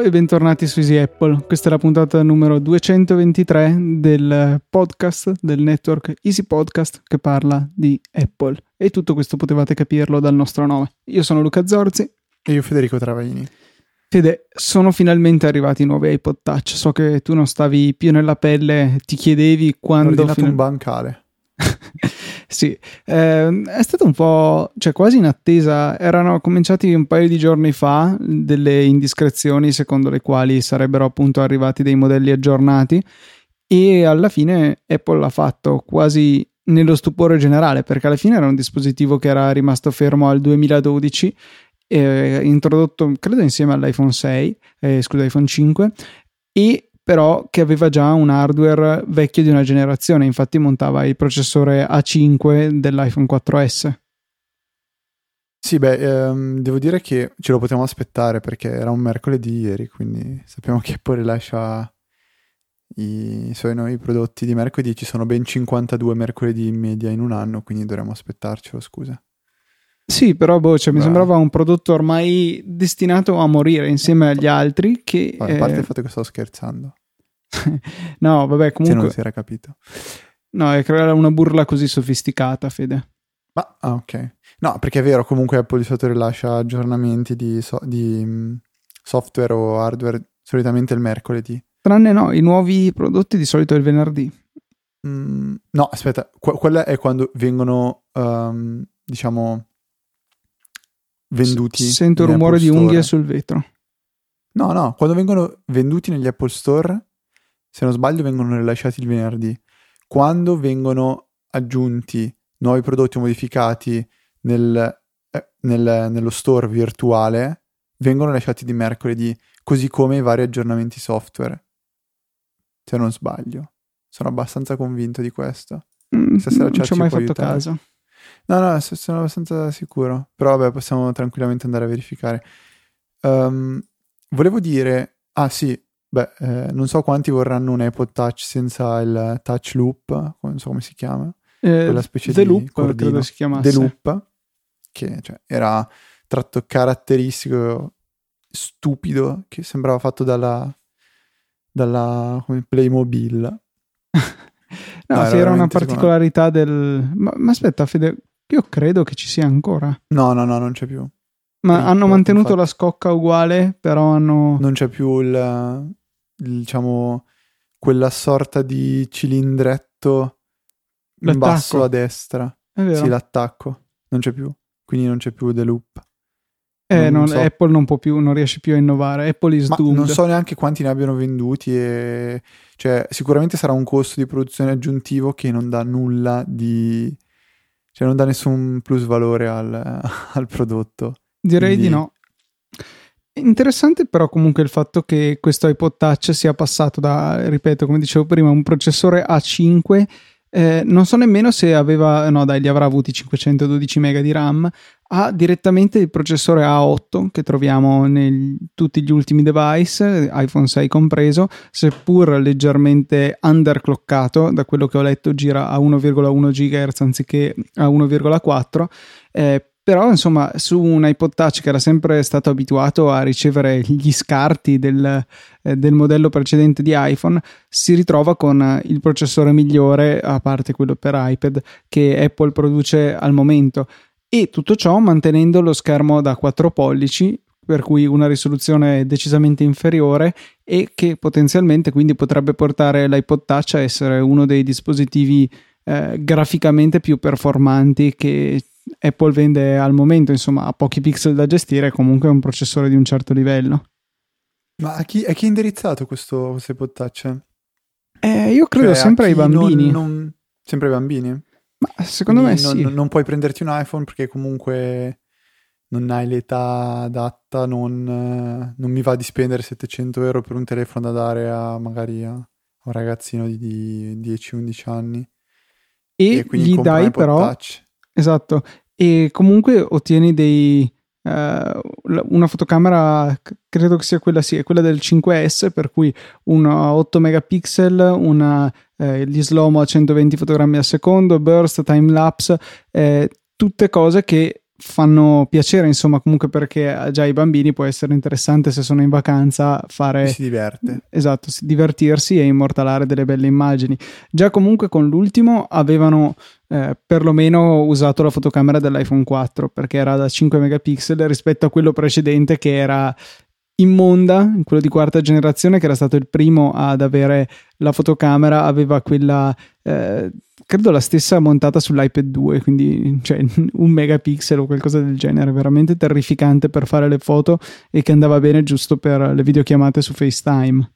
e bentornati su Easy Apple. Questa è la puntata numero 223 del podcast del network Easy Podcast che parla di Apple. E tutto questo potevate capirlo dal nostro nome. Io sono Luca Zorzi. E io Federico Travaini. Fede, sono finalmente arrivati i nuovi iPod Touch. So che tu non stavi più nella pelle, ti chiedevi quando... Ho ordinato un bancale. Sì, è stato un po', cioè quasi in attesa. Erano cominciati un paio di giorni fa delle indiscrezioni secondo le quali sarebbero appunto arrivati dei modelli aggiornati e alla fine Apple l'ha fatto quasi nello stupore generale, perché alla fine era un dispositivo che era rimasto fermo al 2012, introdotto credo insieme all'iPhone 6, iPhone 5, e però che aveva già un hardware vecchio di una generazione, infatti montava il processore A5 dell'iPhone 4S. Sì, devo dire che ce lo potevamo aspettare perché era un mercoledì ieri, quindi sappiamo che poi rilascia i suoi nuovi prodotti di mercoledì. Ci sono ben 52 mercoledì in media in un anno, quindi dovremmo aspettarcelo, scusa. Sì, però mi sembrava un prodotto ormai destinato a morire insieme agli altri che... A parte il fatto che sto scherzando. No, vabbè, comunque... Se non si era capito. No, è che era una burla così sofisticata, Fede. Ma, ok. No, perché è vero, comunque Apple di solito rilascia aggiornamenti di software o hardware solitamente il mercoledì. Tranne no, i nuovi prodotti di solito è il venerdì. No, aspetta, quella è quando vengono, diciamo... venduti. Sento il rumore di unghie sul vetro. No, quando vengono venduti negli Apple Store, se non sbaglio, vengono rilasciati il venerdì. Quando vengono aggiunti nuovi prodotti modificati nello store virtuale, vengono rilasciati di mercoledì, così come i vari aggiornamenti software. Se non sbaglio. Sono abbastanza convinto di questo. Stasera non ci ho mai fatto caso. No, sono abbastanza sicuro. Però vabbè, possiamo tranquillamente andare a verificare. Volevo dire... Ah sì, non so quanti vorranno un iPod Touch senza il Touch Loop, non so come si chiama. Quella specie The di Loop, cordino. credo si chiamasse. The Loop, che era tratto caratteristico, stupido, che sembrava fatto dalla come Playmobil. No, sì, era una particolarità del... Ma aspetta, Fede, io credo che ci sia ancora. No, non c'è più. Ma hanno mantenuto la scocca uguale, però hanno... Non c'è più diciamo, quella sorta di cilindretto in basso a destra. È vero. Sì, l'attacco. Non c'è più. Quindi non c'è più The Loop. So. Apple non può più, non riesce più a innovare. Apple is doomed. Non so neanche quanti ne abbiano venduti cioè sicuramente sarà un costo di produzione aggiuntivo che non dà nulla di... cioè non dà nessun plus valore al prodotto. Direi di no. Interessante però comunque il fatto che questo iPod Touch sia passato da, ripeto, come dicevo prima, un processore A5. Non so nemmeno se aveva, no dai, li avrà avuti 512 MB di RAM, ha direttamente il processore A8 che troviamo in tutti gli ultimi device, iPhone 6 compreso, seppur leggermente underclockato. Da quello che ho letto gira a 1,1 GHz anziché a 1,4, però insomma su un iPod Touch che era sempre stato abituato a ricevere gli scarti del modello precedente di iPhone, si ritrova con il processore migliore, a parte quello per iPad, che Apple produce al momento, e tutto ciò mantenendo lo schermo da 4 pollici, per cui una risoluzione decisamente inferiore, e che potenzialmente quindi potrebbe portare l'iPod Touch a essere uno dei dispositivi graficamente più performanti che Apple vende al momento. Insomma, ha pochi pixel da gestire, comunque è un processore di un certo livello. Ma a chi è indirizzato questo iPod Touch? Io credo sempre ai bambini. Sempre ai bambini? Ma secondo me sì. Non puoi prenderti un iPhone perché comunque non hai l'età adatta, non mi va di spendere 700 euro per un telefono da dare magari a un ragazzino di 10-11 anni. E gli dai però... Touch. Esatto, e comunque ottieni una fotocamera, credo che sia quella, sì, è quella del 5S, per cui una 8 megapixel, gli slow-mo a 120 fotogrammi al secondo, burst, time lapse, tutte cose che fanno piacere, insomma, comunque perché già i bambini può essere interessante se sono in vacanza fare... Si diverte. Esatto, divertirsi e immortalare delle belle immagini. Già comunque con l'ultimo avevano perlomeno usato la fotocamera dell'iPhone 4 perché era da 5 megapixel rispetto a quello precedente che era immonda, quello di quarta generazione che era stato il primo ad avere la fotocamera, aveva quella credo la stessa montata sull'iPad 2, quindi cioè 1 megapixel o qualcosa del genere, veramente terrificante per fare le foto e che andava bene giusto per le videochiamate su FaceTime.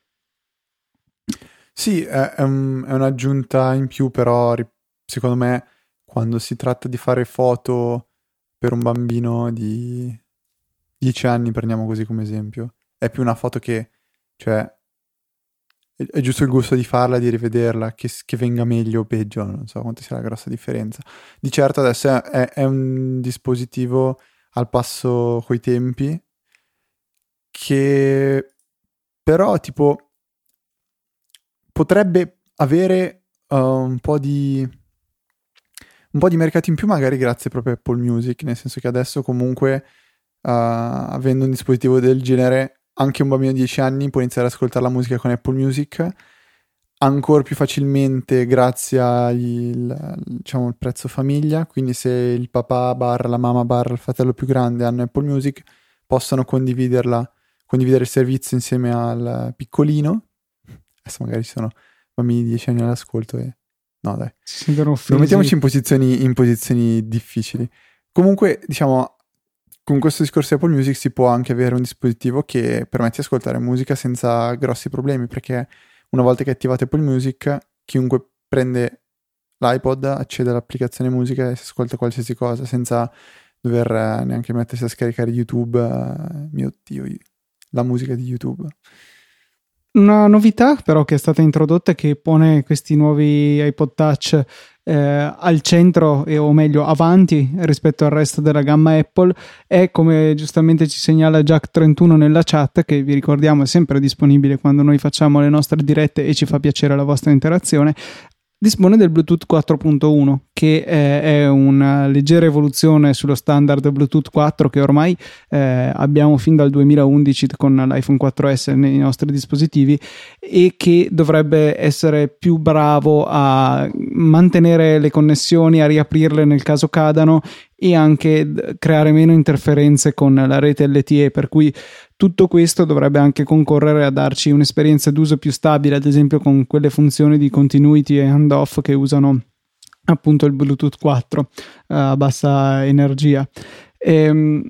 Sì, è un'aggiunta in più, però secondo me quando si tratta di fare foto per un bambino di 10 anni, prendiamo così come esempio, è più una foto che, cioè, è giusto il gusto di farla, di rivederla, che venga meglio o peggio, non so quanto sia la grossa differenza. Di certo adesso è un dispositivo al passo coi tempi, che però tipo potrebbe avere un po' di mercato in più, magari grazie proprio a Apple Music, nel senso che adesso comunque avendo un dispositivo del genere anche un bambino di 10 anni può iniziare ad ascoltare la musica con Apple Music ancora più facilmente grazie diciamo, il prezzo famiglia, quindi se il papà barra la mamma barra il fratello più grande hanno Apple Music possono condividere il servizio insieme al piccolino. Adesso magari ci sono bambini di 10 anni all'ascolto e no dai, non mettiamoci in posizioni difficili. Comunque diciamo con questo discorso di Apple Music si può anche avere un dispositivo che permette di ascoltare musica senza grossi problemi, perché una volta che attivate Apple Music chiunque prende l'iPod accede all'applicazione musica e si ascolta qualsiasi cosa senza dover neanche mettersi a scaricare YouTube, mio Dio, la musica di YouTube. Una novità però che è stata introdotta e che pone questi nuovi iPod Touch al centro o meglio avanti rispetto al resto della gamma Apple è, come giustamente ci segnala Jack31 nella chat, che vi ricordiamo è sempre disponibile quando noi facciamo le nostre dirette e ci fa piacere la vostra interazione, dispone del Bluetooth 4.1 che è una leggera evoluzione sullo standard Bluetooth 4 che ormai abbiamo fin dal 2011 con l'iPhone 4S nei nostri dispositivi e che dovrebbe essere più bravo a mantenere le connessioni, a riaprirle nel caso cadano e anche creare meno interferenze con la rete LTE, per cui tutto questo dovrebbe anche concorrere a darci un'esperienza d'uso più stabile, ad esempio con quelle funzioni di continuity e handoff che usano appunto il Bluetooth 4 a bassa energia. E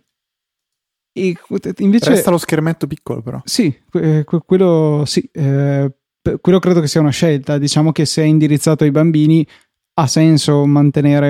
invece resta lo schermetto piccolo però. Sì, quello sì, quello credo che sia una scelta. Diciamo che se è indirizzato ai bambini ha senso mantenere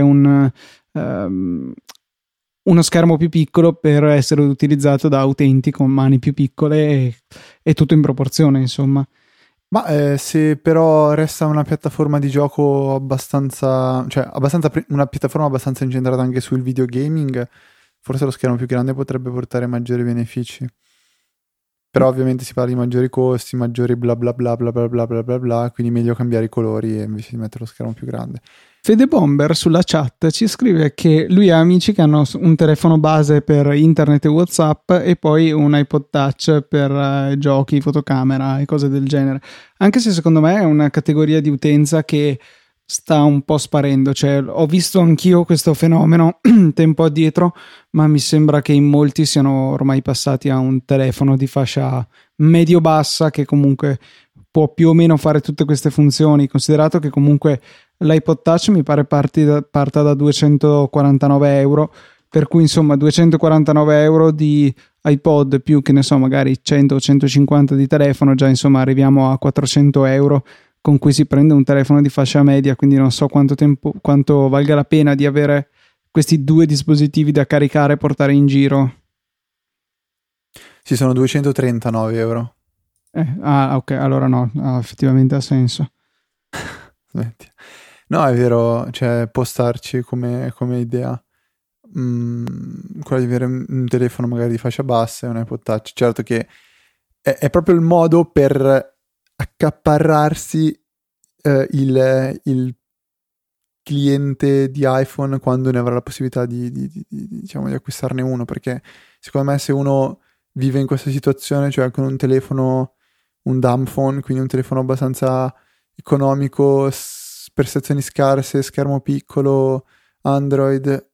uno schermo più piccolo per essere utilizzato da utenti con mani più piccole e tutto in proporzione, insomma. Ma se però resta una piattaforma di gioco abbastanza una piattaforma abbastanza incentrata anche sul videogaming, forse lo schermo più grande potrebbe portare maggiori benefici. Però ovviamente si parla di maggiori costi, maggiori bla bla bla bla bla bla bla bla bla, quindi meglio cambiare i colori invece di mettere lo schermo più grande. Fede Bomber sulla chat ci scrive che lui ha amici che hanno un telefono base per internet e WhatsApp e poi un iPod Touch per giochi, fotocamera e cose del genere. Anche se secondo me è una categoria di utenza che sta un po' sparendo, cioè ho visto anch'io questo fenomeno tempo addietro, ma mi sembra che in molti siano ormai passati a un telefono di fascia medio-bassa che comunque può più o meno fare tutte queste funzioni, considerato che comunque l'iPod Touch mi pare parta da 249 euro, per cui insomma 249 euro di iPod più che ne so magari 100 o 150 di telefono, già insomma arriviamo a 400 euro con cui si prende un telefono di fascia media, quindi non so quanto valga la pena di avere questi due dispositivi da caricare e portare in giro. Sì, sono 239 euro. Ok, allora no, effettivamente ha senso. No, è vero, cioè può starci come idea. Quella di avere un telefono magari di fascia bassa e un iPod Touch. Certo che è proprio il modo per accaparrarsi cliente di iPhone quando ne avrà la possibilità diciamo, di acquistarne uno, perché secondo me se uno vive in questa situazione, cioè con un telefono, un dumb phone, quindi un telefono abbastanza economico, prestazioni scarse, schermo piccolo, Android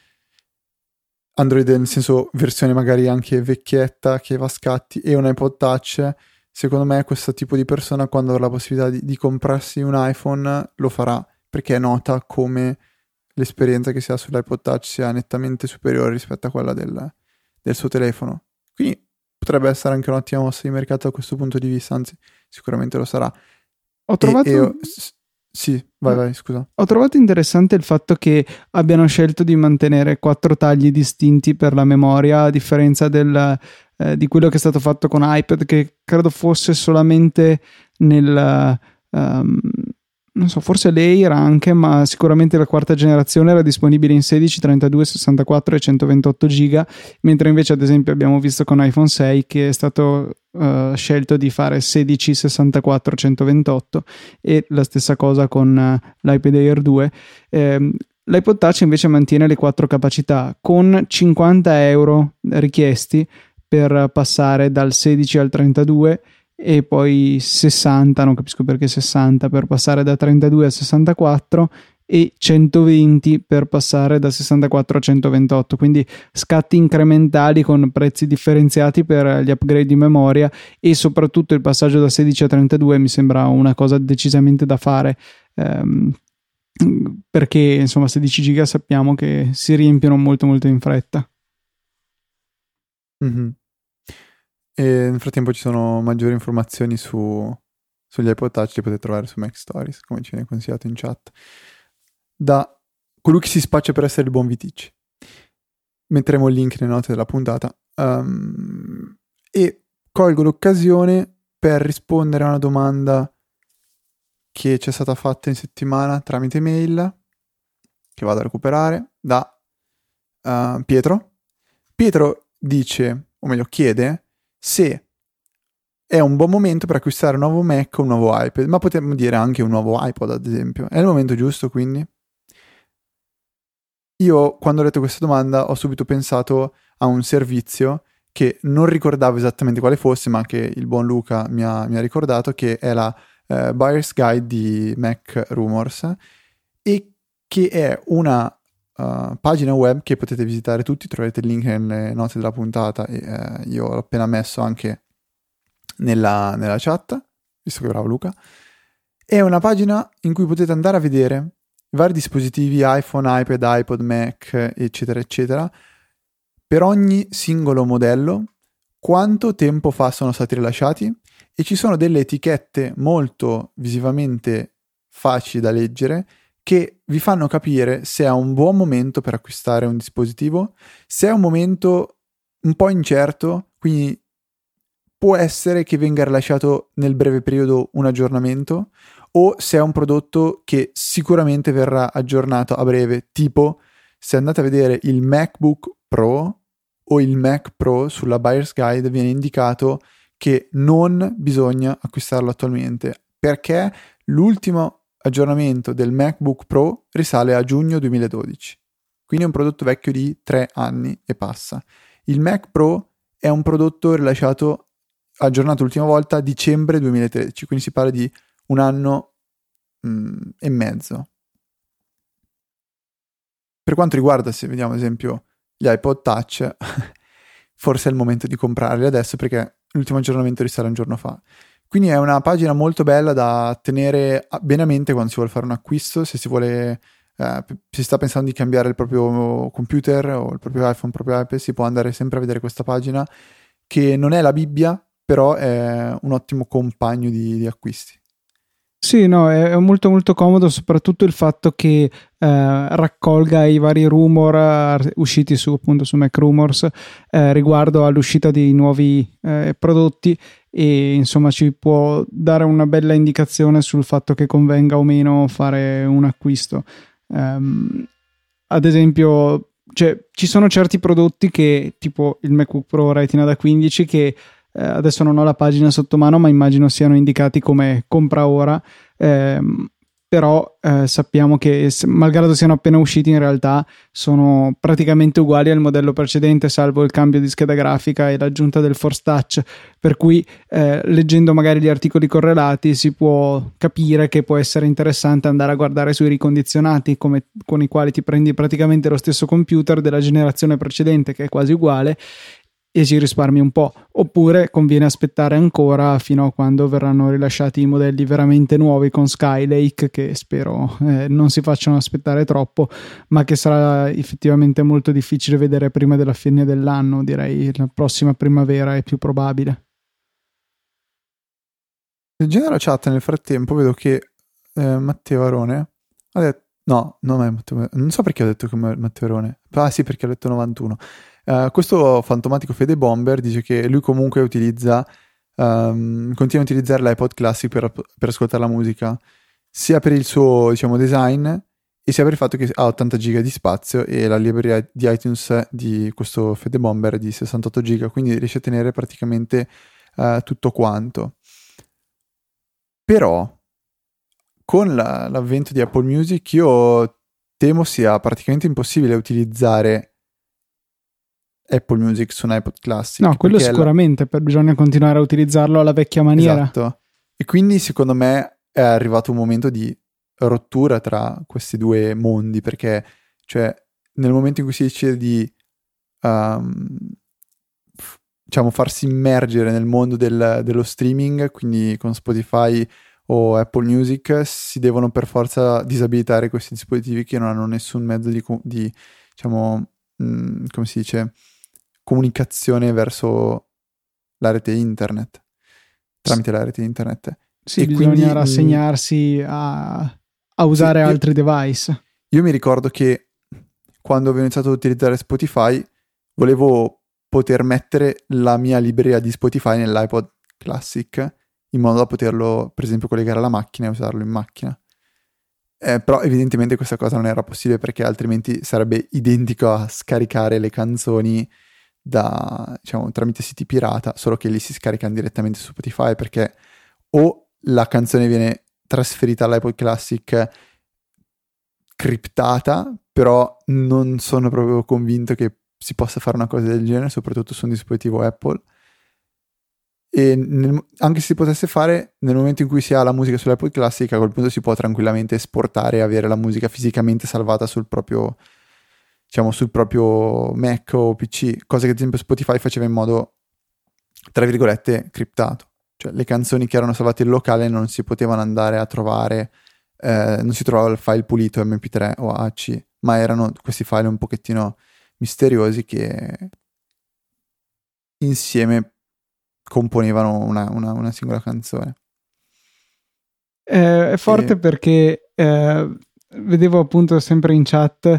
nel senso versione magari anche vecchietta che va a scatti, e un iPod Touch, secondo me questo tipo di persona quando avrà la possibilità di comprarsi un iPhone lo farà, perché nota come l'esperienza che si ha sull'iPod Touch sia nettamente superiore rispetto a quella del suo telefono. Quindi potrebbe essere anche un'ottima mossa di mercato da questo punto di vista, anzi sicuramente lo sarà. Ho trovato... Sì, vai, scusa. Ho trovato interessante il fatto che abbiano scelto di mantenere 4 tagli distinti per la memoria, a differenza di quello che è stato fatto con iPad, che credo fosse solamente nel... non so, forse l'Air anche, ma sicuramente la quarta generazione era disponibile in 16, 32, 64 e 128 giga, mentre invece ad esempio abbiamo visto con iPhone 6 che è stato scelto di fare 16, 64, 128, e la stessa cosa con l'iPad Air 2. L'iPod Touch invece mantiene le 4 capacità con 50 euro richiesti per passare dal 16 al 32 e poi 60, non capisco perché 60, per passare da 32 a 64, e 120 per passare da 64 a 128, quindi scatti incrementali con prezzi differenziati per gli upgrade di memoria, e soprattutto il passaggio da 16 a 32 mi sembra una cosa decisamente da fare, perché insomma 16 giga sappiamo che si riempiono molto molto in fretta. Mm-hmm. E nel frattempo ci sono maggiori informazioni sugli iPod Touch, li potete trovare su Mac Stories, come ci viene consigliato in chat, da colui che si spaccia per essere il buon Viticci. Metteremo il link nelle note della puntata. E colgo l'occasione per rispondere a una domanda che ci è stata fatta in settimana tramite mail, che vado a recuperare, da Pietro. Pietro dice, o meglio chiede, se è un buon momento per acquistare un nuovo Mac o un nuovo iPad, ma potremmo dire anche un nuovo iPod ad esempio. È il momento giusto, quindi? Io quando ho letto questa domanda ho subito pensato a un servizio che non ricordavo esattamente quale fosse, ma che il buon Luca mi ha ricordato, che è la Buyer's Guide di Mac Rumors, e che è una pagina web che potete visitare tutti, troverete il link nelle note della puntata, e io l'ho appena messo anche nella chat, visto che bravo Luca. È una pagina in cui potete andare a vedere i vari dispositivi iPhone, iPad, iPod, Mac, eccetera eccetera, per ogni singolo modello, quanto tempo fa sono stati rilasciati, e ci sono delle etichette molto visivamente facili da leggere che vi fanno capire se è un buon momento per acquistare un dispositivo, se è un momento un po' incerto, quindi può essere che venga rilasciato nel breve periodo un aggiornamento, o se è un prodotto che sicuramente verrà aggiornato a breve, tipo se andate a vedere il MacBook Pro o il Mac Pro sulla Buyer's Guide viene indicato che non bisogna acquistarlo attualmente, perché l'ultimo aggiornamento del MacBook Pro risale a giugno 2012, quindi è un prodotto vecchio di 3 anni e passa. Il Mac Pro è un prodotto rilasciato, aggiornato l'ultima volta a dicembre 2013, quindi si parla di un anno e mezzo. Per quanto riguarda, se vediamo ad esempio gli iPod Touch, forse è il momento di comprarli adesso, perché l'ultimo aggiornamento risale un giorno fa. Quindi è una pagina molto bella da tenere bene a mente quando si vuole fare un acquisto, se si vuole, si sta pensando di cambiare il proprio computer o il proprio iPhone, il proprio iPad, si può andare sempre a vedere questa pagina, che non è la Bibbia, però è un ottimo compagno di acquisti. Sì, no, è molto molto comodo, soprattutto il fatto che raccolga i vari rumor usciti appunto su Mac Rumors riguardo all'uscita di nuovi prodotti, e insomma ci può dare una bella indicazione sul fatto che convenga o meno fare un acquisto. Ad esempio, cioè, ci sono certi prodotti che, tipo il MacBook Pro Retina da 15, che adesso non ho la pagina sotto mano, ma immagino siano indicati come compra ora, però sappiamo che malgrado siano appena usciti in realtà sono praticamente uguali al modello precedente, salvo il cambio di scheda grafica e l'aggiunta del Force Touch, per cui leggendo magari gli articoli correlati si può capire che può essere interessante andare a guardare sui ricondizionati con i quali ti prendi praticamente lo stesso computer della generazione precedente, che è quasi uguale, e ci risparmi un po', oppure conviene aspettare ancora fino a quando verranno rilasciati i modelli veramente nuovi con Skylake, che spero non si facciano aspettare troppo, ma che sarà effettivamente molto difficile vedere prima della fine dell'anno. Direi la prossima primavera è più probabile. Leggendo la chat nel frattempo vedo che Matteo Arone ha detto, no, non è Matteo, non so perché ho detto che Matteo Arone, sì, perché ho detto 91. Questo fantomatico Fede Bomber dice che lui comunque continua a utilizzare l'iPod Classic per ascoltare la musica, sia per il suo, diciamo, design e sia per il fatto che ha 80 giga di spazio e la libreria di iTunes di questo Fede Bomber è di 68 giga, quindi riesce a tenere praticamente tutto quanto. Però con l'avvento di Apple Music io temo sia praticamente impossibile utilizzare Apple Music su un iPod Classic. No, quello sicuramente, bisogna continuare a utilizzarlo alla vecchia maniera. Esatto. E quindi secondo me è arrivato un momento di rottura tra questi due mondi, perché cioè nel momento in cui si decide di diciamo farsi immergere nel mondo dello streaming, quindi con Spotify o Apple Music, si devono per forza disabilitare questi dispositivi che non hanno nessun mezzo di diciamo, come si dice, comunicazione verso la rete internet, tramite la rete internet. Sì, e bisogna quindi rassegnarsi a usare altri device. Io mi ricordo che quando avevo iniziato ad utilizzare Spotify volevo poter mettere la mia libreria di Spotify nell'iPod Classic in modo da poterlo, per esempio, collegare alla macchina e usarlo in macchina. Però evidentemente questa cosa non era possibile, perché altrimenti sarebbe identico a scaricare le canzoni diciamo, tramite siti pirata, solo che lì si scaricano direttamente su Spotify, perché o la canzone viene trasferita all'iPod Classic criptata, però non sono proprio convinto che si possa fare una cosa del genere, soprattutto su un dispositivo Apple. E anche se si potesse fare, nel momento in cui si ha la musica sull'iPod Classic, a quel punto si può tranquillamente esportare e avere la musica fisicamente salvata sul proprio, diciamo, sul proprio Mac o PC, cosa che ad esempio Spotify faceva in modo, tra virgolette, criptato. Cioè le canzoni che erano salvate in locale non si potevano andare a trovare, non si trovava il file pulito MP3 o AC, ma erano questi file un pochettino misteriosi che insieme componevano una singola canzone. È forte perché vedevo appunto sempre in chat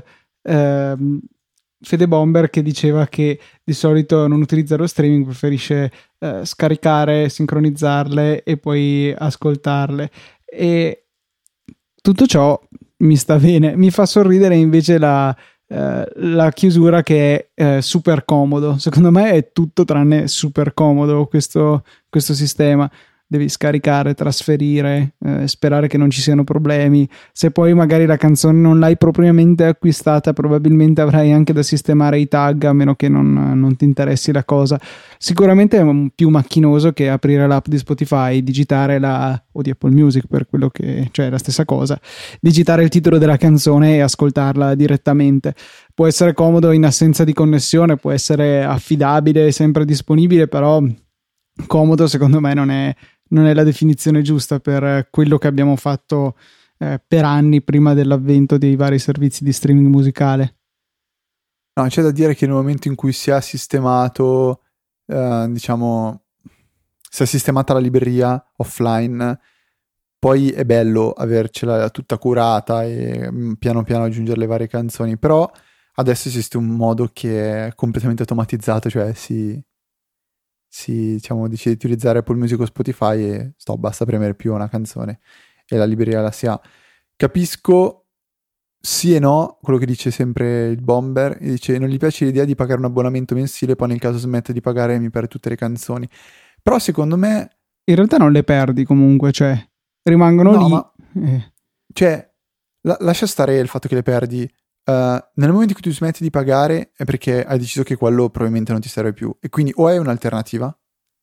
Fede Bomber che diceva che di solito non utilizza lo streaming, preferisce scaricare, sincronizzarle e poi ascoltarle, e tutto ciò mi sta bene. Mi fa sorridere invece la chiusura, che è super comodo. Secondo me è tutto tranne super comodo questo sistema. Devi scaricare, trasferire, sperare che non ci siano problemi. Se poi magari la canzone non l'hai propriamente acquistata, probabilmente avrai anche da sistemare i tag, a meno che non ti interessi la cosa. Sicuramente è più macchinoso che aprire l'app di Spotify, digitare o di Apple Music, per quello che, cioè, è la stessa cosa, digitare il titolo della canzone e ascoltarla direttamente. Può essere comodo in assenza di connessione, può essere affidabile, sempre disponibile, però comodo secondo me non è la definizione giusta per quello che abbiamo fatto per anni prima dell'avvento dei vari servizi di streaming musicale. No, c'è da dire che nel momento in cui si è sistemato, diciamo, si è sistemata la libreria offline, poi è bello avercela tutta curata e piano piano aggiungere le varie canzoni, però adesso esiste un modo che è completamente automatizzato, cioè diciamo, decide di utilizzare Apple Music o Spotify e basta premere più una canzone e la libreria la si ha. Capisco sì e no quello che dice sempre il Bomber, dice non gli piace l'idea di pagare un abbonamento mensile, poi nel caso smette di pagare mi perde tutte le canzoni, però secondo me in realtà non le perdi comunque, cioè rimangono lì. cioè, lascia stare il fatto che le perdi. Nel momento in cui tu smetti di pagare è perché hai deciso che quello probabilmente non ti serve più. E quindi o hai un'alternativa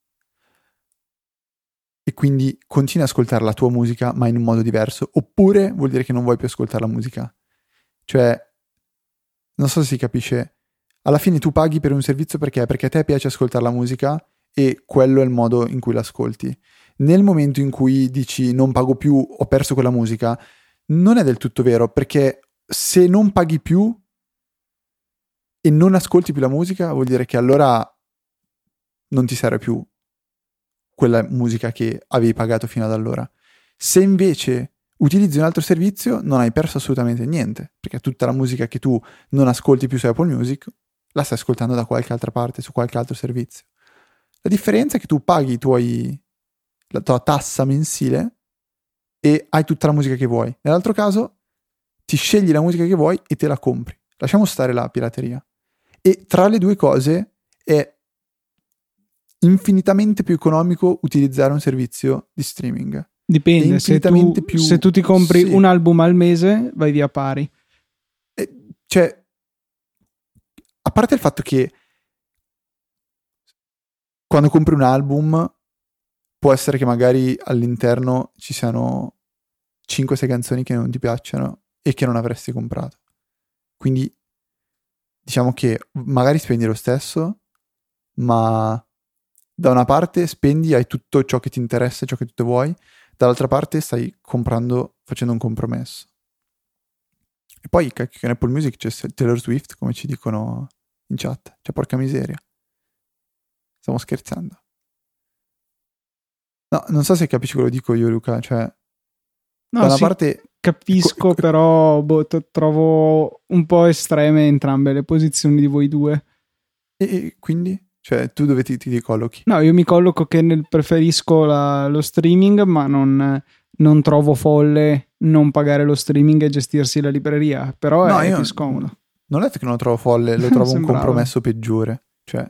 e quindi continui ad ascoltare la tua musica ma in un modo diverso, oppure vuol dire che non vuoi più ascoltare la musica. Cioè, non so se si capisce. Alla fine tu paghi per un servizio perché a te piace ascoltare la musica e quello è il modo in cui l'ascolti. Nel momento in cui dici non pago più, ho perso quella musica, non è del tutto vero, perché se non paghi più e non ascolti più la musica, vuol dire che allora non ti serve più quella musica che avevi pagato fino ad allora. Se invece utilizzi un altro servizio, non hai perso assolutamente niente, perché tutta la musica che tu non ascolti più su Apple Music la stai ascoltando da qualche altra parte, su qualche altro servizio. La differenza è che tu paghi la tua tassa mensile e hai tutta la musica che vuoi. Nell'altro caso ti scegli la musica che vuoi e te la compri. Lasciamo stare la pirateria. E tra le due cose è infinitamente più economico utilizzare un servizio di streaming. Dipende, se tu ti compri un album al mese, vai via pari. Cioè, a parte il fatto che quando compri un album può essere che magari all'interno ci siano 5-6 canzoni che non ti piacciono e che non avresti comprato. Quindi diciamo che magari spendi lo stesso, ma da una parte spendi, hai tutto ciò che ti interessa, ciò che tu vuoi, dall'altra parte stai comprando, facendo un compromesso. E poi cacchio, che in Apple Music c'è Taylor Swift, come ci dicono in chat. Cioè, porca miseria. Stiamo scherzando. No, non so se capisci quello che dico io, Luca. Cioè, no, da una sì, parte capisco, però trovo un po' estreme entrambe le posizioni di voi due. E quindi? Cioè, tu dove ti collochi? No, io mi colloco che preferisco lo streaming, ma non trovo folle non pagare lo streaming e gestirsi la libreria. Però no, è più scomodo. Non è che non lo trovo folle, lo trovo un compromesso peggiore. Cioè,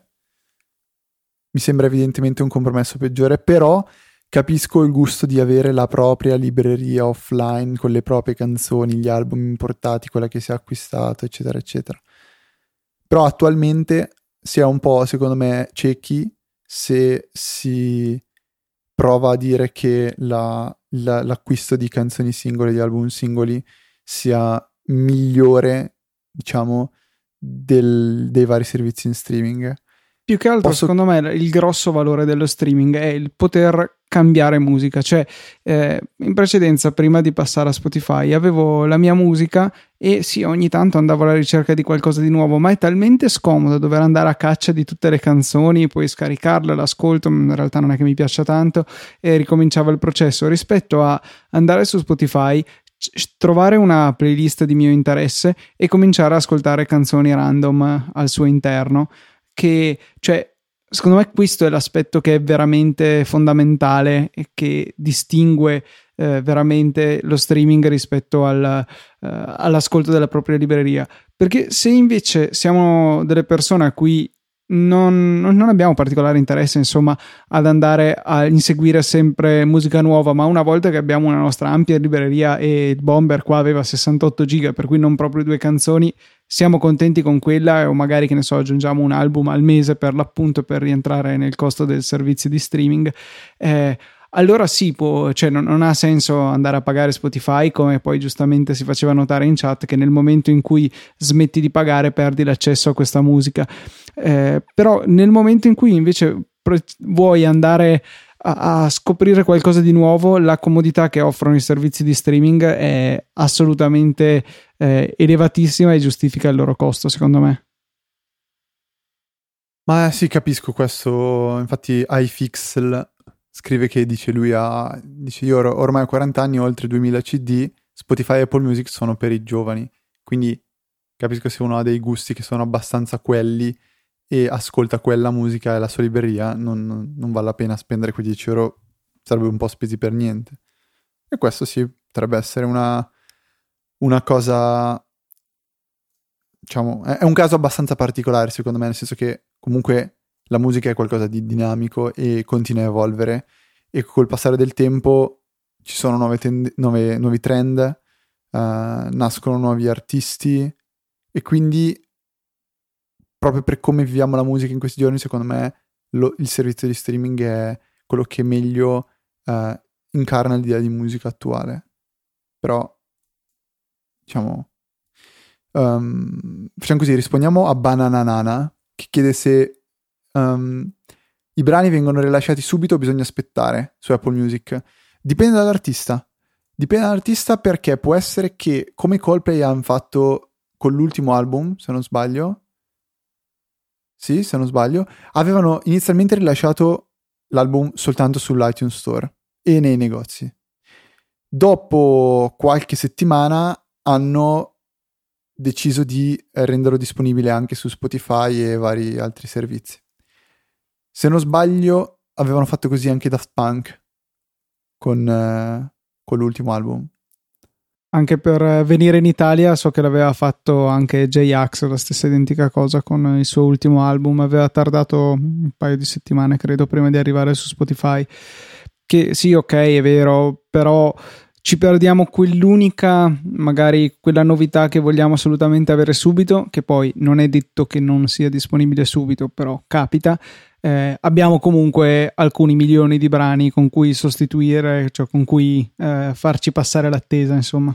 mi sembra evidentemente un compromesso peggiore, però capisco il gusto di avere la propria libreria offline con le proprie canzoni, gli album importati, quella che si è acquistato, eccetera, eccetera. Però attualmente si è un po', secondo me, ciechi se si prova a dire che l'acquisto di canzoni singole, di album singoli, sia migliore, diciamo, dei vari servizi in streaming. Più che altro, secondo me, il grosso valore dello streaming è il poter cambiare musica. Cioè, in precedenza, prima di passare a Spotify, avevo la mia musica e sì, ogni tanto andavo alla ricerca di qualcosa di nuovo, ma è talmente scomodo dover andare a caccia di tutte le canzoni, poi scaricarle, l'ascolto, in realtà non è che mi piaccia tanto, e ricominciava il processo, rispetto a andare su Spotify, trovare una playlist di mio interesse e cominciare ad ascoltare canzoni random al suo interno. Che, cioè, secondo me questo è l'aspetto che è veramente fondamentale e che distingue veramente lo streaming rispetto all'ascolto della propria libreria. Perché se invece siamo delle persone a cui non abbiamo particolare interesse, insomma, ad andare a inseguire sempre musica nuova, ma una volta che abbiamo una nostra ampia libreria e il Bomber qua aveva 68 giga, per cui non proprio 2 canzoni, siamo contenti con quella, o magari, che ne so, aggiungiamo un album al mese per l'appunto, per rientrare nel costo del servizio di streaming, allora sì, cioè non ha senso andare a pagare Spotify, come poi giustamente si faceva notare in chat, che nel momento in cui smetti di pagare perdi l'accesso a questa musica. Però nel momento in cui invece vuoi andare a scoprire qualcosa di nuovo, la comodità che offrono i servizi di streaming è assolutamente elevatissima e giustifica il loro costo, secondo me. Ma sì, capisco questo. Infatti iFixel scrive che dice io ormai ho 40 anni, ho oltre 2000 CD, Spotify e Apple Music sono per i giovani, quindi capisco se uno ha dei gusti che sono abbastanza quelli e ascolta quella musica e la sua libreria, non vale la pena spendere quei 10 euro, sarebbe un po' spesi per niente. E questo sì, potrebbe essere una cosa, diciamo, è un caso abbastanza particolare secondo me, nel senso che comunque la musica è qualcosa di dinamico e continua a evolvere, e col passare del tempo ci sono nuovi trend, nascono nuovi artisti e quindi proprio per come viviamo la musica in questi giorni, secondo me il servizio di streaming è quello che meglio incarna l'idea di musica attuale. Però, diciamo, facciamo così, rispondiamo a Bananana, che chiede se i brani vengono rilasciati subito o bisogna aspettare su Apple Music. Dipende dall'artista. Dipende dall'artista, perché può essere che, come Coldplay hanno fatto con l'ultimo album, se non sbaglio, sì, se non sbaglio, avevano inizialmente rilasciato l'album soltanto sull'iTunes Store e nei negozi. Dopo qualche settimana hanno deciso di renderlo disponibile anche su Spotify e vari altri servizi. Se non sbaglio, avevano fatto così anche Daft Punk con l'ultimo album. Anche per venire in Italia, so che l'aveva fatto anche J-Ax, la stessa identica cosa con il suo ultimo album. Aveva tardato un paio di settimane, credo, prima di arrivare su Spotify. Che sì, ok, è vero, però ci perdiamo quell'unica, magari quella novità che vogliamo assolutamente avere subito, che poi non è detto che non sia disponibile subito, però capita. Abbiamo comunque alcuni milioni di brani con cui sostituire, cioè con cui farci passare l'attesa, insomma.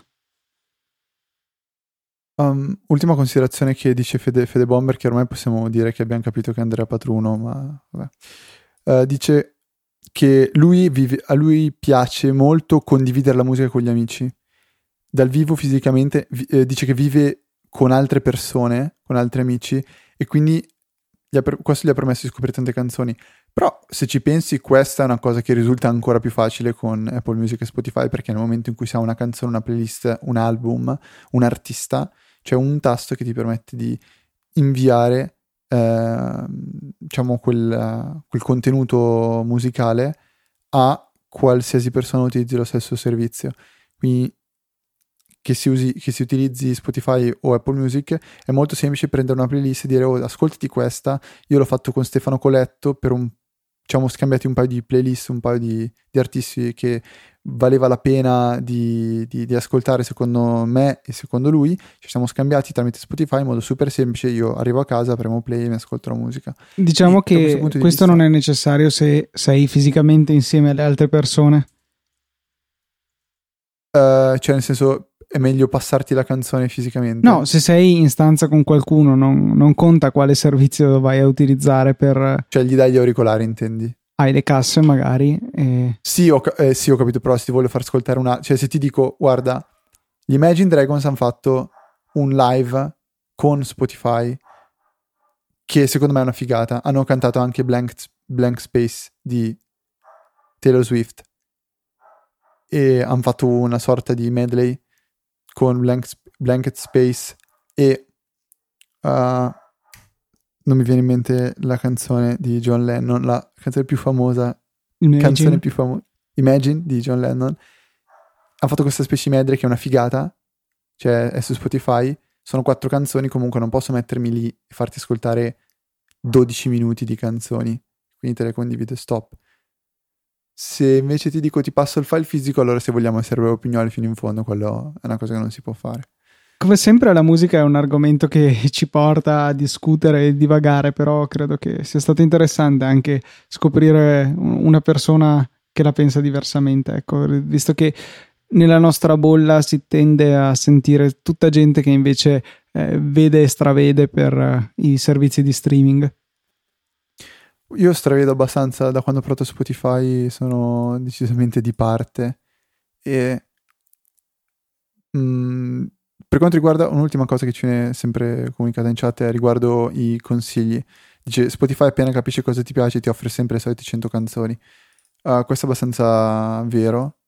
Ultima considerazione che dice Fede Bomber, che ormai possiamo dire che abbiamo capito che è Andrea Patruno, ma vabbè. Dice che a lui piace molto condividere la musica con gli amici. Dal vivo fisicamente, dice che vive con altre persone, con altri amici, e quindi questo gli ha permesso di scoprire tante canzoni. Però se ci pensi, questa è una cosa che risulta ancora più facile con Apple Music e Spotify, perché nel momento in cui si ha una canzone, una playlist, un album, un artista, c'è un tasto che ti permette di inviare diciamo quel contenuto musicale a qualsiasi persona utilizzi lo stesso servizio. Quindi che si utilizzi Spotify o Apple Music, è molto semplice prendere una playlist e dire: oh, ascoltati questa. Io l'ho fatto con Stefano Coletto, diciamo, scambiati un paio di playlist, un paio di artisti che valeva la pena di ascoltare secondo me e secondo lui. Ci siamo scambiati tramite Spotify in modo super semplice. Io arrivo a casa, premo play e mi ascolto la musica. Diciamo che questo non è necessario se sei fisicamente insieme alle altre persone. Cioè, nel senso, è meglio passarti la canzone fisicamente? No, se sei in stanza con qualcuno non conta quale servizio vai a utilizzare per... Cioè, gli dai gli auricolari, intendi? Hai le casse magari Sì, ho capito, però se ti voglio far ascoltare cioè, se ti dico, guarda, gli Imagine Dragons hanno fatto un live con Spotify che secondo me è una figata. Hanno cantato anche Blank Space di Taylor Swift e hanno fatto una sorta di medley con Blanket Space e non mi viene in mente la canzone di John Lennon, la canzone più famosa, Imagine di John Lennon. Ha fatto questa specie di medley che è una figata, cioè è su Spotify, sono 4 canzoni, comunque non posso mettermi lì e farti ascoltare 12 minuti di canzoni, quindi te le condivido e stop. Se invece ti dico ti passo il file fisico, allora se vogliamo essere opinioni fino in fondo, quello è una cosa che non si può fare. Come sempre la musica è un argomento che ci porta a discutere e divagare, però credo che sia stato interessante anche scoprire una persona che la pensa diversamente, ecco, visto che nella nostra bolla si tende a sentire tutta gente che invece vede e stravede per i servizi di streaming. Io stravedo abbastanza da quando ho provato Spotify, sono decisamente di parte. E per quanto riguarda un'ultima cosa che ci viene sempre comunicata in chat è riguardo i consigli. Dice: Spotify appena capisce cosa ti piace ti offre sempre le solite 100 canzoni. Questo è abbastanza vero,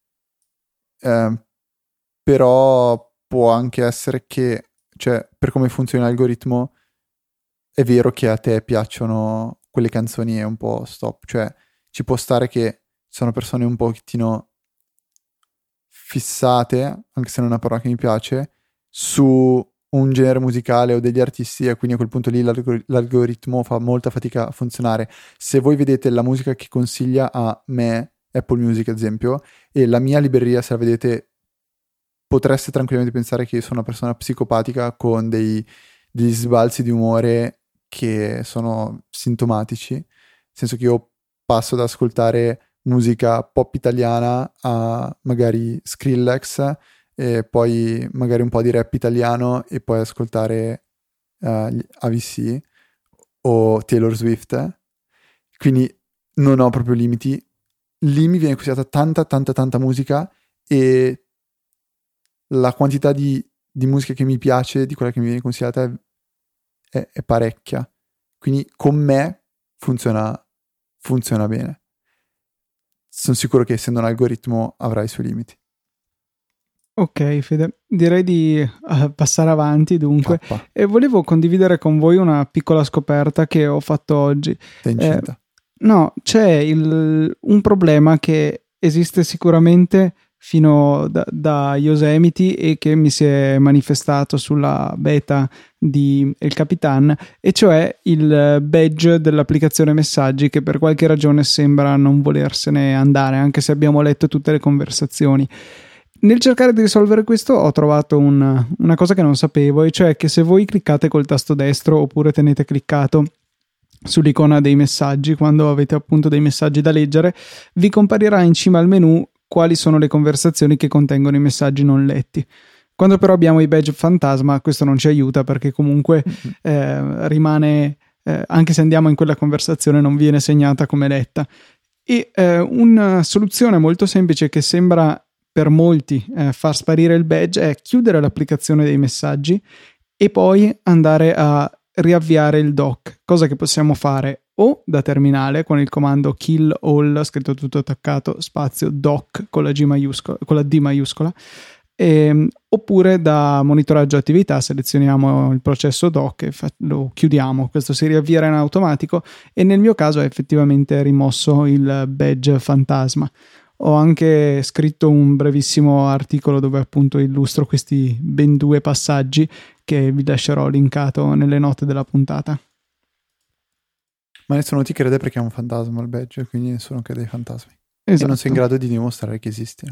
però può anche essere che, cioè, per come funziona l'algoritmo, è vero che a te piacciono quelle canzoni e un po' stop, cioè ci può stare che sono persone un pochettino fissate, anche se non è una parola che mi piace, su un genere musicale o degli artisti, e quindi a quel punto lì l'algoritmo fa molta fatica a funzionare. Se voi vedete la musica che consiglia a me Apple Music ad esempio, e la mia libreria, se la vedete potreste tranquillamente pensare che io sono una persona psicopatica con degli sbalzi di umore che sono sintomatici, nel senso che io passo ad ascoltare musica pop italiana a magari Skrillex e poi magari un po' di rap italiano e poi ascoltare gli AVC o Taylor Swift, quindi non ho proprio limiti. Lì mi viene consigliata tanta musica e la quantità di musica che mi piace, di quella che mi viene consigliata è parecchia, quindi con me funziona bene. Sono sicuro che essendo un algoritmo avrà i suoi limiti. Ok, Fede, direi di passare avanti dunque. K. E volevo condividere con voi una piccola scoperta che ho fatto oggi. Sei incinta? No, c'è un problema che esiste sicuramente fino da Yosemite e che mi si è manifestato sulla beta di El Capitan, e cioè il badge dell'applicazione messaggi che per qualche ragione sembra non volersene andare, anche se abbiamo letto tutte le conversazioni. Nel cercare di risolvere questo ho trovato una cosa che non sapevo, e cioè che se voi cliccate col tasto destro oppure tenete cliccato sull'icona dei messaggi quando avete appunto dei messaggi da leggere, vi comparirà in cima al menu quali sono le conversazioni che contengono i messaggi non letti. Quando però abbiamo i badge fantasma questo non ci aiuta, perché comunque rimane, anche se andiamo in quella conversazione, non viene segnata come letta. E una soluzione molto semplice che sembra per molti far sparire il badge è chiudere l'applicazione dei messaggi e poi andare a riavviare il dock, cosa che possiamo fare o da terminale con il comando kill all, scritto tutto attaccato, spazio dock con la D maiuscola, oppure da monitoraggio attività selezioniamo il processo dock e lo chiudiamo. Questo si riavvierà in automatico e nel mio caso è effettivamente rimosso il badge fantasma. Ho anche scritto un brevissimo articolo dove appunto illustro questi ben 2 passaggi che vi lascerò linkato nelle note della puntata. Ma nessuno ti crede perché è un fantasma il badge, quindi nessuno crede ai fantasmi. Esatto. E non sei in grado di dimostrare che esistino.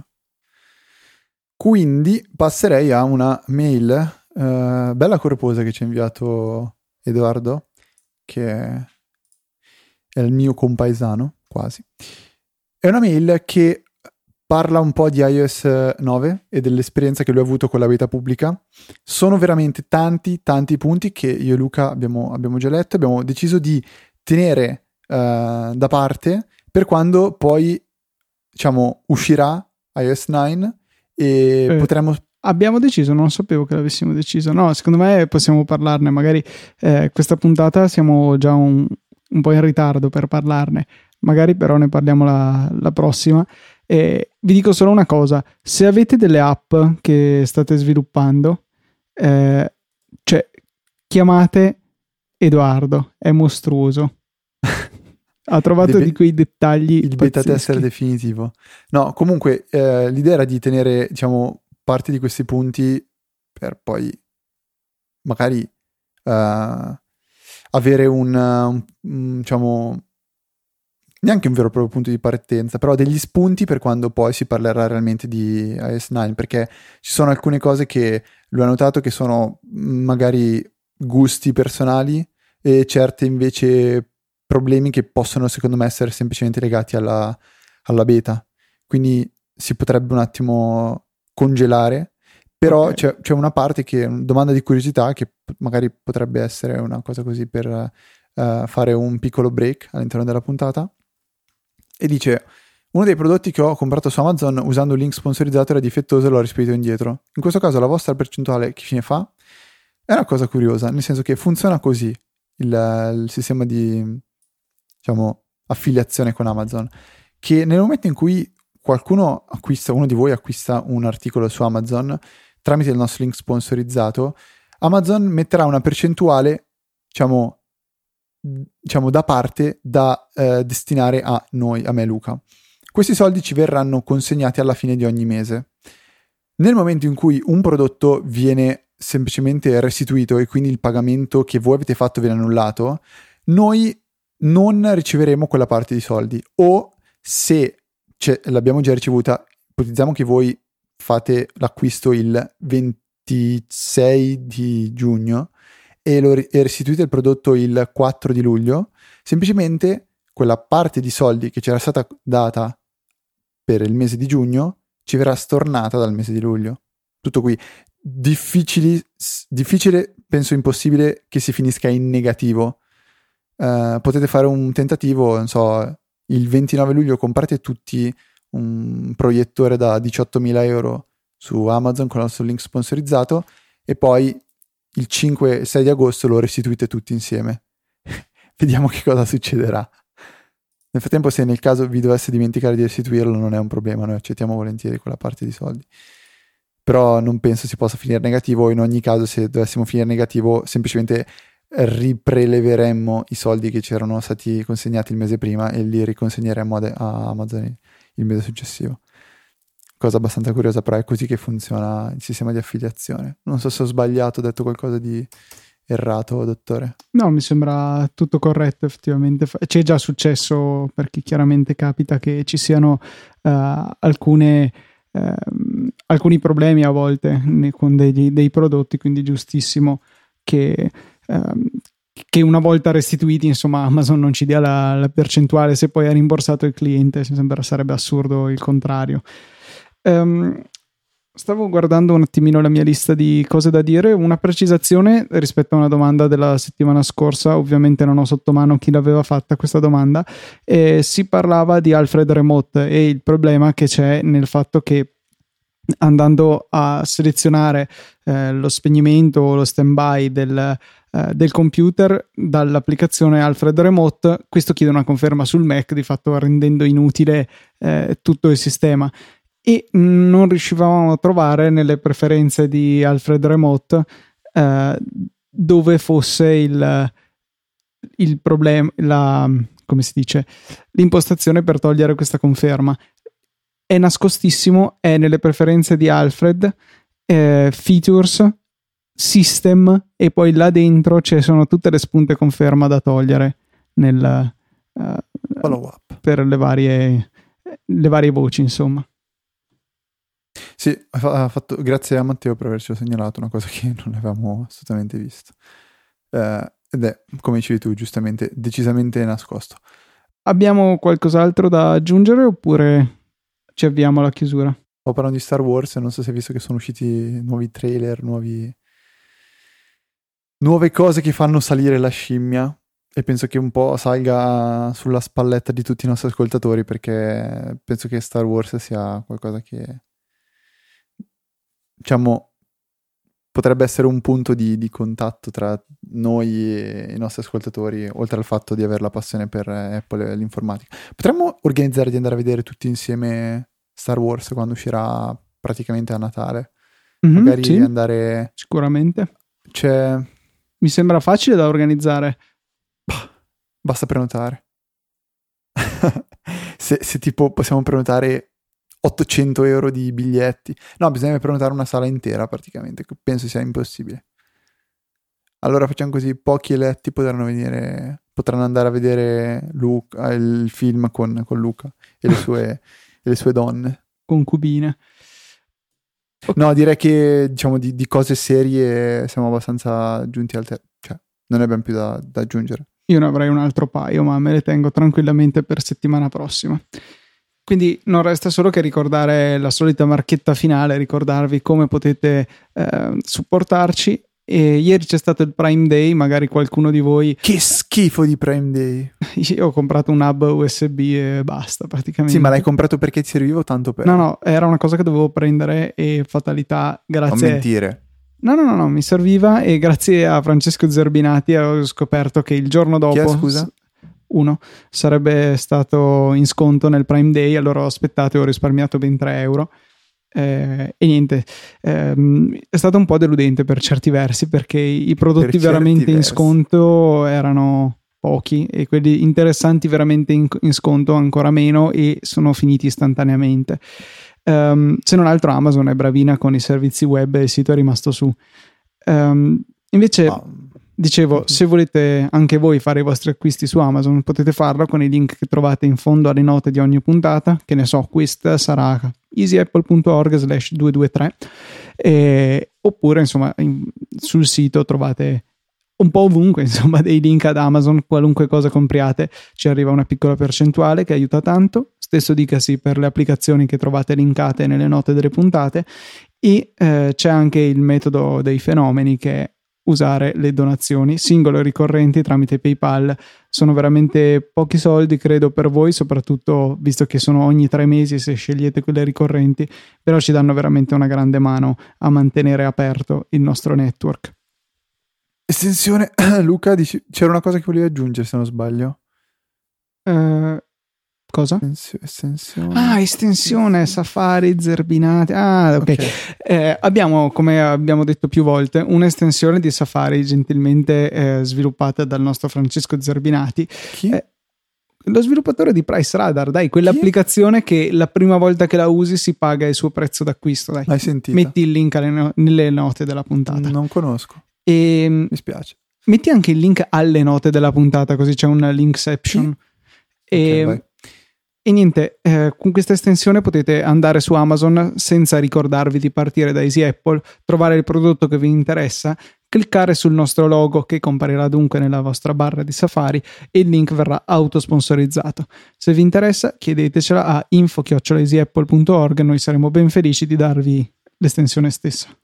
Quindi passerei a una mail bella corposa che ci ha inviato Edoardo, che è il mio compaesano, quasi. È una mail che parla un po' di iOS 9 e dell'esperienza che lui ha avuto con la beta pubblica. Sono veramente tanti punti che io e Luca abbiamo già letto. Abbiamo deciso di tenere da parte per quando poi, diciamo, uscirà iOS 9 e potremo... Abbiamo deciso, non sapevo che l'avessimo deciso. No, secondo me possiamo parlarne. Magari questa puntata siamo già un po' in ritardo per parlarne. Magari però ne parliamo la prossima. Vi dico solo una cosa: se avete delle app che state sviluppando, cioè chiamate Edoardo, è mostruoso. Ha trovato di quei dettagli il beta pazzeschi. tester definitivo. No, comunque l'idea era di tenere, diciamo, parte di questi punti per poi magari avere diciamo, neanche un vero e proprio punto di partenza, però degli spunti per quando poi si parlerà realmente di iOS 9, perché ci sono alcune cose che lui ha notato che sono magari gusti personali e certe invece problemi che possono secondo me essere semplicemente legati alla beta, quindi si potrebbe un attimo congelare, però okay. c'è una parte che è una domanda di curiosità che magari potrebbe essere una cosa così per fare un piccolo break all'interno della puntata. E dice: uno dei prodotti che ho comprato su Amazon usando un link sponsorizzato era difettoso e l'ho rispedito indietro. In questo caso la vostra percentuale che fine fa? È una cosa curiosa, nel senso che funziona così il sistema di, diciamo, affiliazione con Amazon, che nel momento in cui uno di voi acquista un articolo su Amazon tramite il nostro link sponsorizzato, Amazon metterà una percentuale, diciamo da parte da destinare a noi, a me e Luca. Questi soldi ci verranno consegnati alla fine di ogni mese. Nel momento in cui un prodotto viene semplicemente restituito e quindi il pagamento che voi avete fatto viene annullato, noi non riceveremo quella parte di soldi, o se l'abbiamo già ricevuta, ipotizziamo che voi fate l'acquisto il 26 di giugno e restituite il prodotto il 4 di luglio, semplicemente quella parte di soldi che c'era stata data per il mese di giugno ci verrà stornata dal mese di luglio. Tutto qui. Difficile, penso impossibile che si finisca in negativo. Potete fare un tentativo, non so, il 29 luglio comprate tutti un proiettore da 18.000 euro su Amazon con il nostro link sponsorizzato e poi il 5 e 6 di agosto lo restituite tutti insieme. Vediamo che cosa succederà. Nel frattempo, se nel caso vi dovesse dimenticare di restituirlo, non è un problema, noi accettiamo volentieri quella parte di soldi. Però non penso si possa finire negativo. In ogni caso, se dovessimo finire negativo, semplicemente ripreleveremmo i soldi che ci erano stati consegnati il mese prima e li riconsegneremmo a Amazon il mese successivo. Cosa abbastanza curiosa, però è così che funziona il sistema di affiliazione. Non so se ho sbagliato, ho detto qualcosa di errato, dottore. No, mi sembra tutto corretto, effettivamente. C'è già successo, perché chiaramente capita che ci siano alcuni problemi a volte con dei prodotti, quindi giustissimo che una volta restituiti, insomma, Amazon non ci dia la percentuale se poi ha rimborsato il cliente. Sarebbe assurdo il contrario. Stavo guardando un attimino la mia lista di cose da dire. Una precisazione rispetto a una domanda della settimana scorsa, ovviamente non ho sotto mano chi l'aveva fatta questa domanda. Si parlava di Alfred Remote e il problema che c'è nel fatto che, andando a selezionare lo spegnimento o lo standby del computer dall'applicazione Alfred Remote, questo chiede una conferma sul Mac, di fatto rendendo inutile tutto il sistema, e non riuscivamo a trovare nelle preferenze di Alfred Remote dove fosse il problema, come si dice, l'impostazione per togliere questa conferma. È nascostissimo, è nelle preferenze di Alfred, Features, System, e poi là dentro ci sono tutte le spunte conferma da togliere nel follow up per le varie voci, insomma. Sì, grazie a Matteo per averci segnalato una cosa che non avevamo assolutamente visto. Ed è, come dicevi tu, giustamente, decisamente nascosto. Abbiamo qualcos'altro da aggiungere oppure ci avviamo alla chiusura? Sto parlando di Star Wars, non so se hai visto che sono usciti nuovi trailer, nuove cose che fanno salire la scimmia, e penso che un po' salga sulla spalletta di tutti i nostri ascoltatori, perché penso che Star Wars sia qualcosa che, diciamo, potrebbe essere un punto di contatto tra noi e i nostri ascoltatori, oltre al fatto di avere la passione per Apple e l'informatica. Potremmo organizzare di andare a vedere tutti insieme Star Wars quando uscirà praticamente a Natale. Magari sì, andare... Sicuramente. Mi sembra facile da organizzare. Basta prenotare. se tipo possiamo prenotare 800 euro di biglietti. No, bisogna prenotare una sala intera praticamente, penso sia impossibile. Allora facciamo così, pochi eletti potranno andare a vedere Luca, il film con Luca e le sue donne. Concubine. Okay. No, direi che, diciamo, di cose serie siamo abbastanza giunti al cioè non ne abbiamo più da aggiungere. Io ne avrei un altro paio, ma me le tengo tranquillamente per settimana prossima. Quindi non resta solo che ricordare la solita marchetta finale, ricordarvi come potete supportarci. E ieri c'è stato il Prime Day, magari qualcuno di voi... Che schifo di Prime Day! Io ho comprato un hub USB e basta, praticamente. Sì, ma l'hai comprato perché ti serviva tanto per... No, era una cosa che dovevo prendere e fatalità, grazie... Non mentire. No, mi serviva, e grazie a Francesco Zerbinati ho scoperto che il giorno dopo... Chi è, scusa? Uno sarebbe stato in sconto nel Prime Day, allora ho aspettato e ho risparmiato ben 3 euro. E niente, è stato un po' deludente per certi versi, perché i prodotti veramente in sconto erano pochi e quelli interessanti veramente in sconto ancora meno, e sono finiti istantaneamente. Se non altro Amazon è bravina con i servizi web e il sito è rimasto su. Invece Dicevo, se volete anche voi fare i vostri acquisti su Amazon, potete farlo con i link che trovate in fondo alle note di ogni puntata. Che ne so, questa sarà easyapple.org/223, oppure insomma sul sito trovate un po' ovunque insomma dei link ad Amazon. Qualunque cosa compriate ci arriva una piccola percentuale che aiuta tanto. Stesso dicasi per le applicazioni che trovate linkate nelle note delle puntate. E c'è anche il metodo dei fenomeni, che è usare le donazioni singole o ricorrenti tramite PayPal. Sono veramente pochi soldi, credo, per voi, soprattutto visto che sono ogni 3 mesi se scegliete quelle ricorrenti, però ci danno veramente una grande mano a mantenere aperto il nostro network. Estensione, Luca, c'era una cosa che volevi aggiungere, se non sbaglio. Cosa? Estensione. Estensione, Safari, Zerbinati. Ok. Abbiamo, come abbiamo detto più volte, un'estensione di Safari gentilmente sviluppata dal nostro Francesco Zerbinati. Chi? Lo sviluppatore di Price Radar, dai, quell'applicazione che la prima volta che la usi si paga il suo prezzo d'acquisto. Dai. L'hai sentita? Metti il link nelle note della puntata. Non conosco. Mi spiace. Metti anche il link alle note della puntata, così c'è un linkception. Okay, e niente, con questa estensione potete andare su Amazon senza ricordarvi di partire da Easy Apple, trovare il prodotto che vi interessa, cliccare sul nostro logo che comparirà dunque nella vostra barra di Safari e il link verrà autosponsorizzato. Se vi interessa chiedetecela a info@easyapple.org, noi saremo ben felici di darvi l'estensione stessa.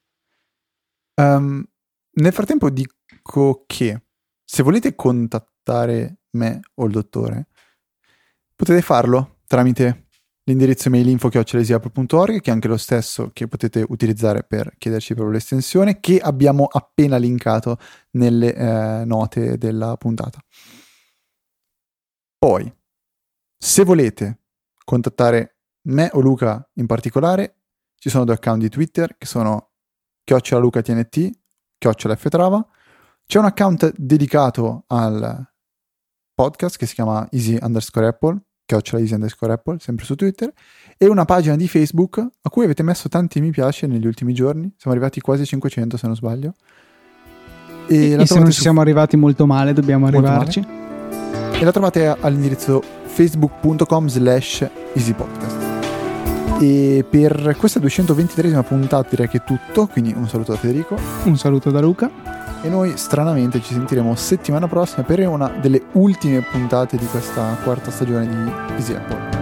Nel frattempo dico che se volete contattare me o il dottore, potete farlo tramite l'indirizzo email info@easyapple.org, che è anche lo stesso che potete utilizzare per chiederci proprio l'estensione, che abbiamo appena linkato nelle note della puntata. Poi, se volete contattare me o Luca in particolare, ci sono 2 account di Twitter che sono @LucaTNT, @FTrava. C'è un account dedicato al podcast che si chiama Easy_Apple, @Easy_Apple, sempre su Twitter, e una pagina di Facebook a cui avete messo tanti mi piace negli ultimi giorni. Siamo arrivati quasi 500 se non sbaglio. E se non ci siamo arrivati molto male, dobbiamo arrivarci. Male. E la trovate all'indirizzo facebook.com/easypodcast. E per questa 223esima puntata direi che è tutto, quindi un saluto da Federico, un saluto da Luca, e noi stranamente ci sentiremo settimana prossima per una delle ultime puntate di questa 4ª stagione di Easy Apple.